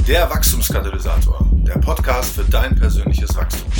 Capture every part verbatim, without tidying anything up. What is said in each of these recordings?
Der Wachstumskatalysator, der Podcast für dein persönliches Wachstum.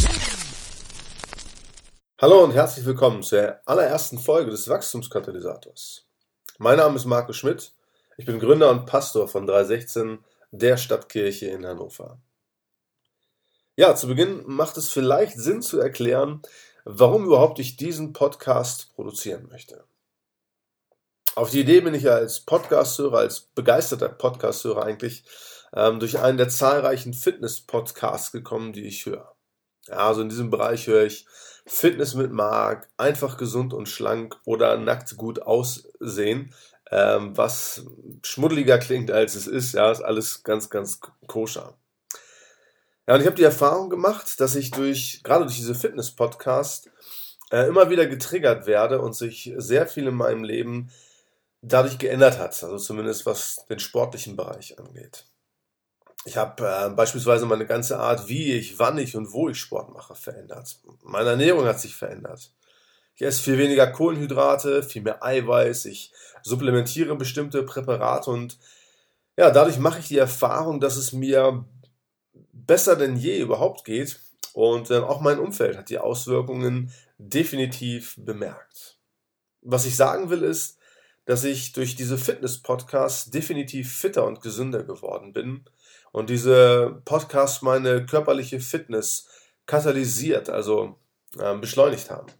Hallo und herzlich willkommen zur allerersten Folge des Wachstumskatalysators. Mein Name ist Marco Schmidt, ich bin Gründer und Pastor von drei sechzehn, der Stadtkirche in Hannover. Ja, zu Beginn macht es vielleicht Sinn zu erklären, warum überhaupt ich diesen Podcast produzieren möchte. Auf die Idee bin ich ja als Podcast-Hörer, als begeisterter Podcast-Hörer eigentlich, ähm, durch einen der zahlreichen Fitness-Podcasts gekommen, die ich höre. Ja, also in diesem Bereich höre ich Fitness mit Marc, einfach gesund und schlank oder nackt gut aussehen, ähm, was schmuddeliger klingt als es ist, ja, ist alles ganz, ganz koscher. Ja, und ich habe die Erfahrung gemacht, dass ich durch, gerade durch diese Fitness-Podcasts, äh, immer wieder getriggert werde und sich sehr viel in meinem Leben dadurch geändert hat, also zumindest was den sportlichen Bereich angeht. Ich habe äh, beispielsweise meine ganze Art, wie ich, wann ich und wo ich Sport mache, verändert. Meine Ernährung hat sich verändert. Ich esse viel weniger Kohlenhydrate, viel mehr Eiweiß, ich supplementiere bestimmte Präparate und ja, dadurch mache ich die Erfahrung, dass es mir besser denn je überhaupt geht und äh, auch mein Umfeld hat die Auswirkungen definitiv bemerkt. Was ich sagen will ist, dass ich durch diese Fitness-Podcasts definitiv fitter und gesünder geworden bin und diese Podcasts meine körperliche Fitness katalysiert, also äh, beschleunigt haben.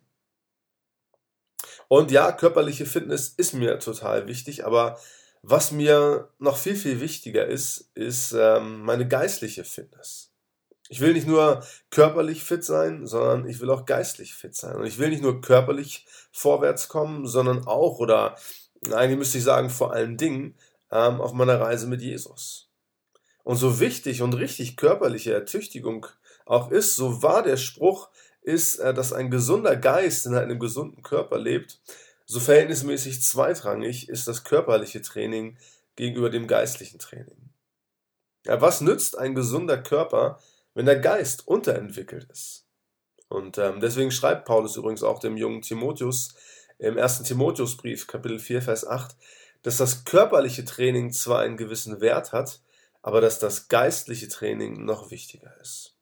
Und ja, körperliche Fitness ist mir total wichtig, aber was mir noch viel, viel wichtiger ist, ist ähm, meine geistliche Fitness. Ich will nicht nur körperlich fit sein, sondern ich will auch geistlich fit sein. Und ich will nicht nur körperlich vorwärts kommen, sondern auch, oder eigentlich müsste ich sagen, vor allen Dingen ähm, auf meiner Reise mit Jesus. Und so wichtig und richtig körperliche Ertüchtigung auch ist, so wahr der Spruch ist, äh, dass ein gesunder Geist in einem gesunden Körper lebt, so verhältnismäßig zweitrangig ist das körperliche Training gegenüber dem geistlichen Training. Ja, was nützt ein gesunder Körper, wenn der Geist unterentwickelt ist? Und ähm, deswegen schreibt Paulus übrigens auch dem jungen Timotheus im ersten Timotheusbrief, Kapitel vier, Vers acht, dass das körperliche Training zwar einen gewissen Wert hat, aber dass das geistliche Training noch wichtiger ist.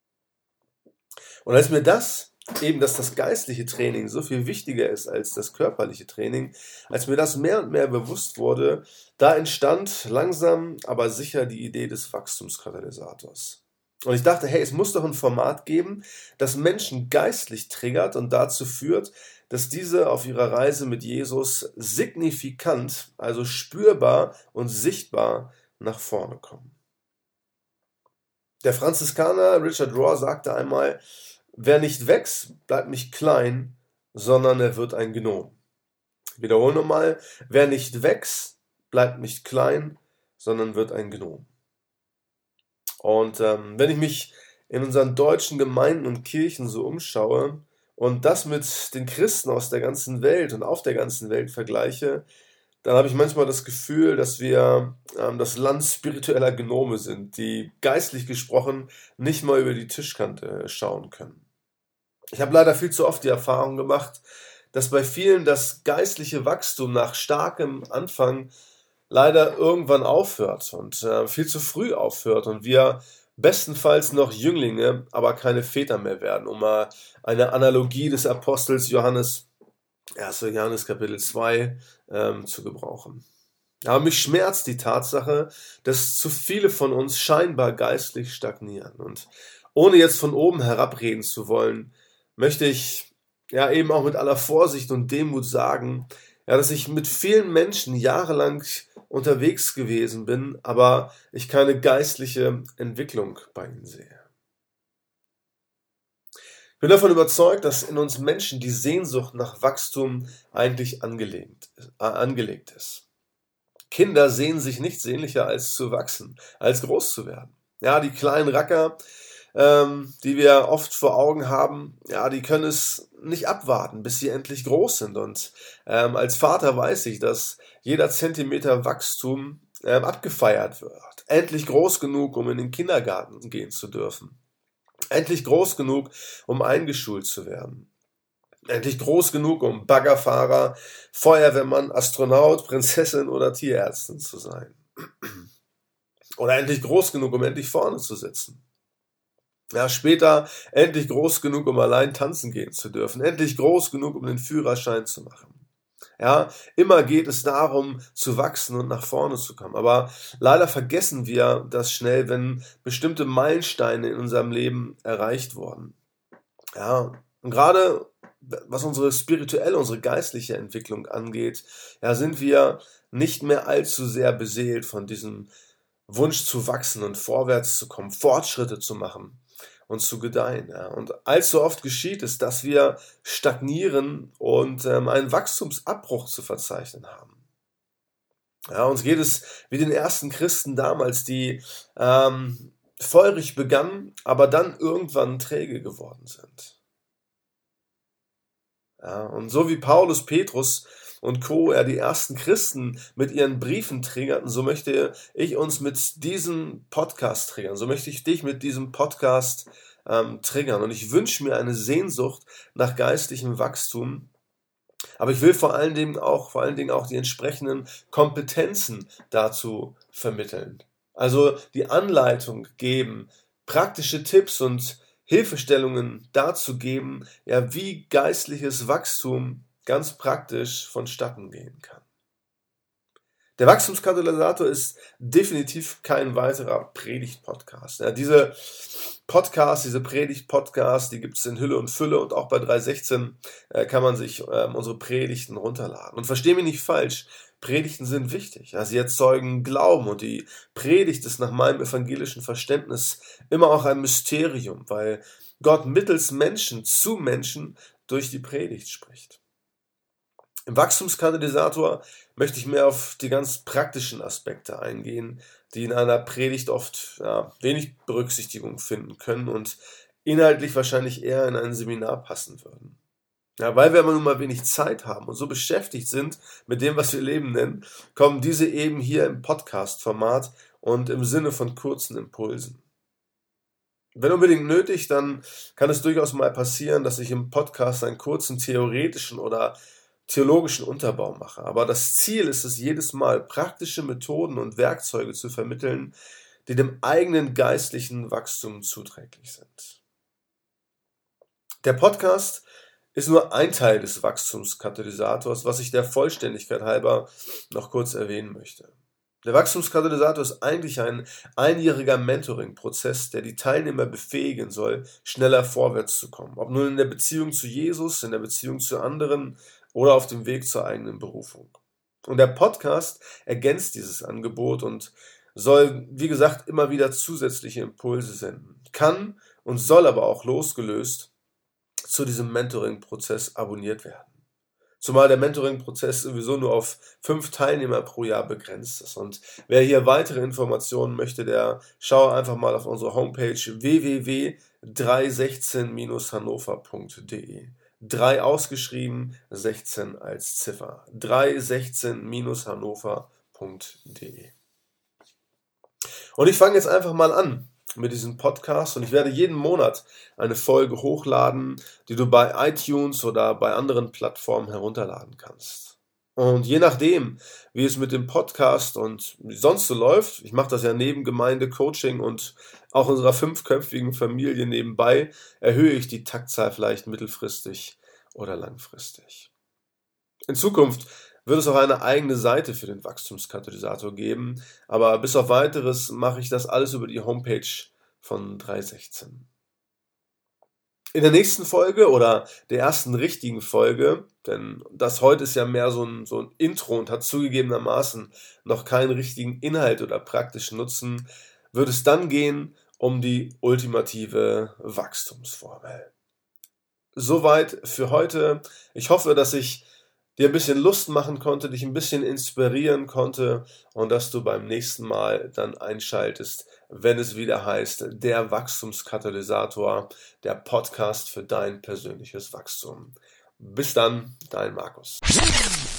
Und als mir das, eben dass das geistliche Training so viel wichtiger ist als das körperliche Training, als mir das mehr und mehr bewusst wurde, da entstand langsam, aber sicher die Idee des Wachstumskatalysators. Und ich dachte, hey, es muss doch ein Format geben, das Menschen geistlich triggert und dazu führt, dass diese auf ihrer Reise mit Jesus signifikant, also spürbar und sichtbar nach vorne kommen. Der Franziskaner Richard Rohr sagte einmal, wer nicht wächst, bleibt nicht klein, sondern er wird ein Gnom. Ich wiederhole nochmal, wer nicht wächst, bleibt nicht klein, sondern wird ein Gnom. Und ähm, wenn ich mich in unseren deutschen Gemeinden und Kirchen so umschaue und das mit den Christen aus der ganzen Welt und auf der ganzen Welt vergleiche, dann habe ich manchmal das Gefühl, dass wir ähm, das Land spiritueller Gnome sind, die geistlich gesprochen nicht mal über die Tischkante schauen können. Ich habe leider viel zu oft die Erfahrung gemacht, dass bei vielen das geistliche Wachstum nach starkem Anfang leider irgendwann aufhört und äh, viel zu früh aufhört und wir bestenfalls noch Jünglinge, aber keine Väter mehr werden, um mal eine Analogie des Apostels Johannes, erster Johannes Kapitel zwei, ähm, zu gebrauchen. Aber mich schmerzt die Tatsache, dass zu viele von uns scheinbar geistlich stagnieren. Und ohne jetzt von oben herabreden zu wollen, möchte ich ja eben auch mit aller Vorsicht und Demut sagen, ja, dass ich mit vielen Menschen jahrelang unterwegs gewesen bin, aber ich keine geistliche Entwicklung bei ihnen sehe. Ich bin davon überzeugt, dass in uns Menschen die Sehnsucht nach Wachstum eigentlich angelegt, äh, angelegt ist. Kinder sehnen sich nichts sehnlicher als zu wachsen, als groß zu werden. Ja, die kleinen Racker, ähm, die wir oft vor Augen haben, ja, die können es nicht abwarten, bis sie endlich groß sind. Und ähm, als Vater weiß ich, dass jeder Zentimeter Wachstum ähm, abgefeiert wird. Endlich groß genug, um in den Kindergarten gehen zu dürfen. Endlich groß genug, um eingeschult zu werden. Endlich groß genug, um Baggerfahrer, Feuerwehrmann, Astronaut, Prinzessin oder Tierärztin zu sein. Oder endlich groß genug, um endlich vorne zu sitzen. Ja, später endlich groß genug, um allein tanzen gehen zu dürfen. Endlich groß genug, um den Führerschein zu machen. Ja, immer geht es darum, zu wachsen und nach vorne zu kommen. Aber leider vergessen wir das schnell, wenn bestimmte Meilensteine in unserem Leben erreicht wurden. Ja, und gerade was unsere spirituelle, unsere geistliche Entwicklung angeht, ja, sind wir nicht mehr allzu sehr beseelt von diesem Wunsch zu wachsen und vorwärts zu kommen, Fortschritte zu machen und zu gedeihen. Ja. Und allzu oft geschieht es, dass wir stagnieren und ähm, einen Wachstumsabbruch zu verzeichnen haben. Ja, uns geht es wie den ersten Christen damals, die ähm, feurig begannen, aber dann irgendwann träge geworden sind. Ja, und so wie Paulus, Petrus und Co. ja die ersten Christen mit ihren Briefen triggerten, so möchte ich uns mit diesem Podcast triggern. So möchte ich dich mit diesem Podcast ähm, triggern. Und ich wünsche mir eine Sehnsucht nach geistlichem Wachstum. Aber ich will vor allen Dingen auch, vor allen Dingen auch die entsprechenden Kompetenzen dazu vermitteln. Also die Anleitung geben, praktische Tipps und Hilfestellungen dazu geben, ja, wie geistliches Wachstum ganz praktisch vonstatten gehen kann. Der Wachstumskatalysator ist definitiv kein weiterer Predigt-Podcast. Ja, diese Podcasts, diese Predigt-Podcasts, die gibt es in Hülle und Fülle und auch bei drei sechzehn äh, kann man sich äh, unsere Predigten runterladen. Und versteh mich nicht falsch, Predigten sind wichtig. Ja, sie erzeugen Glauben und die Predigt ist nach meinem evangelischen Verständnis immer auch ein Mysterium, weil Gott mittels Menschen zu Menschen durch die Predigt spricht. Im Wachstumskatalysator möchte ich mehr auf die ganz praktischen Aspekte eingehen, die in einer Predigt oft ja, wenig Berücksichtigung finden können und inhaltlich wahrscheinlich eher in ein Seminar passen würden. Ja, weil wir aber nun mal wenig Zeit haben und so beschäftigt sind mit dem, was wir Leben nennen, kommen diese eben hier im Podcast-Format und im Sinne von kurzen Impulsen. Wenn unbedingt nötig, dann kann es durchaus mal passieren, dass ich im Podcast einen kurzen theoretischen oder theologischen Unterbau mache. Aber das Ziel ist es jedes Mal, praktische Methoden und Werkzeuge zu vermitteln, die dem eigenen geistlichen Wachstum zuträglich sind. Der Podcast ist nur ein Teil des Wachstumskatalysators, was ich der Vollständigkeit halber noch kurz erwähnen möchte. Der Wachstumskatalysator ist eigentlich ein einjähriger Mentoring-Prozess, der die Teilnehmer befähigen soll, schneller vorwärts zu kommen. Ob nun in der Beziehung zu Jesus, in der Beziehung zu anderen oder auf dem Weg zur eigenen Berufung. Und der Podcast ergänzt dieses Angebot und soll, wie gesagt, immer wieder zusätzliche Impulse senden. Kann und soll aber auch losgelöst zu diesem Mentoring-Prozess abonniert werden. Zumal der Mentoring-Prozess sowieso nur auf fünf Teilnehmer pro Jahr begrenzt ist. Und wer hier weitere Informationen möchte, der schaue einfach mal auf unsere Homepage w w w punkt drei sechzehn hannover punkt d e. drei ausgeschrieben, sechzehn als Ziffer. drei sechzehn hannover punkt d e. Und ich fange jetzt einfach mal an mit diesem Podcast und ich werde jeden Monat eine Folge hochladen, die du bei iTunes oder bei anderen Plattformen herunterladen kannst. Und je nachdem, wie es mit dem Podcast und wie sonst so läuft, ich mache das ja neben Gemeindecoaching und auch unserer fünfköpfigen Familie nebenbei, erhöhe ich die Taktzahl vielleicht mittelfristig oder langfristig. In Zukunft wird es auch eine eigene Seite für den Wachstumskatalysator geben, aber bis auf weiteres mache ich das alles über die Homepage von drei sechzehn. In der nächsten Folge oder der ersten richtigen Folge, denn das heute ist ja mehr so ein, so ein Intro und hat zugegebenermaßen noch keinen richtigen Inhalt oder praktischen Nutzen, wird es dann gehen um die ultimative Wachstumsformel. Soweit für heute. Ich hoffe, dass ich dir ein bisschen Lust machen konnte, dich ein bisschen inspirieren konnte und dass du beim nächsten Mal dann einschaltest, wenn es wieder heißt, der Wachstumskatalysator, der Podcast für dein persönliches Wachstum. Bis dann, dein Markus.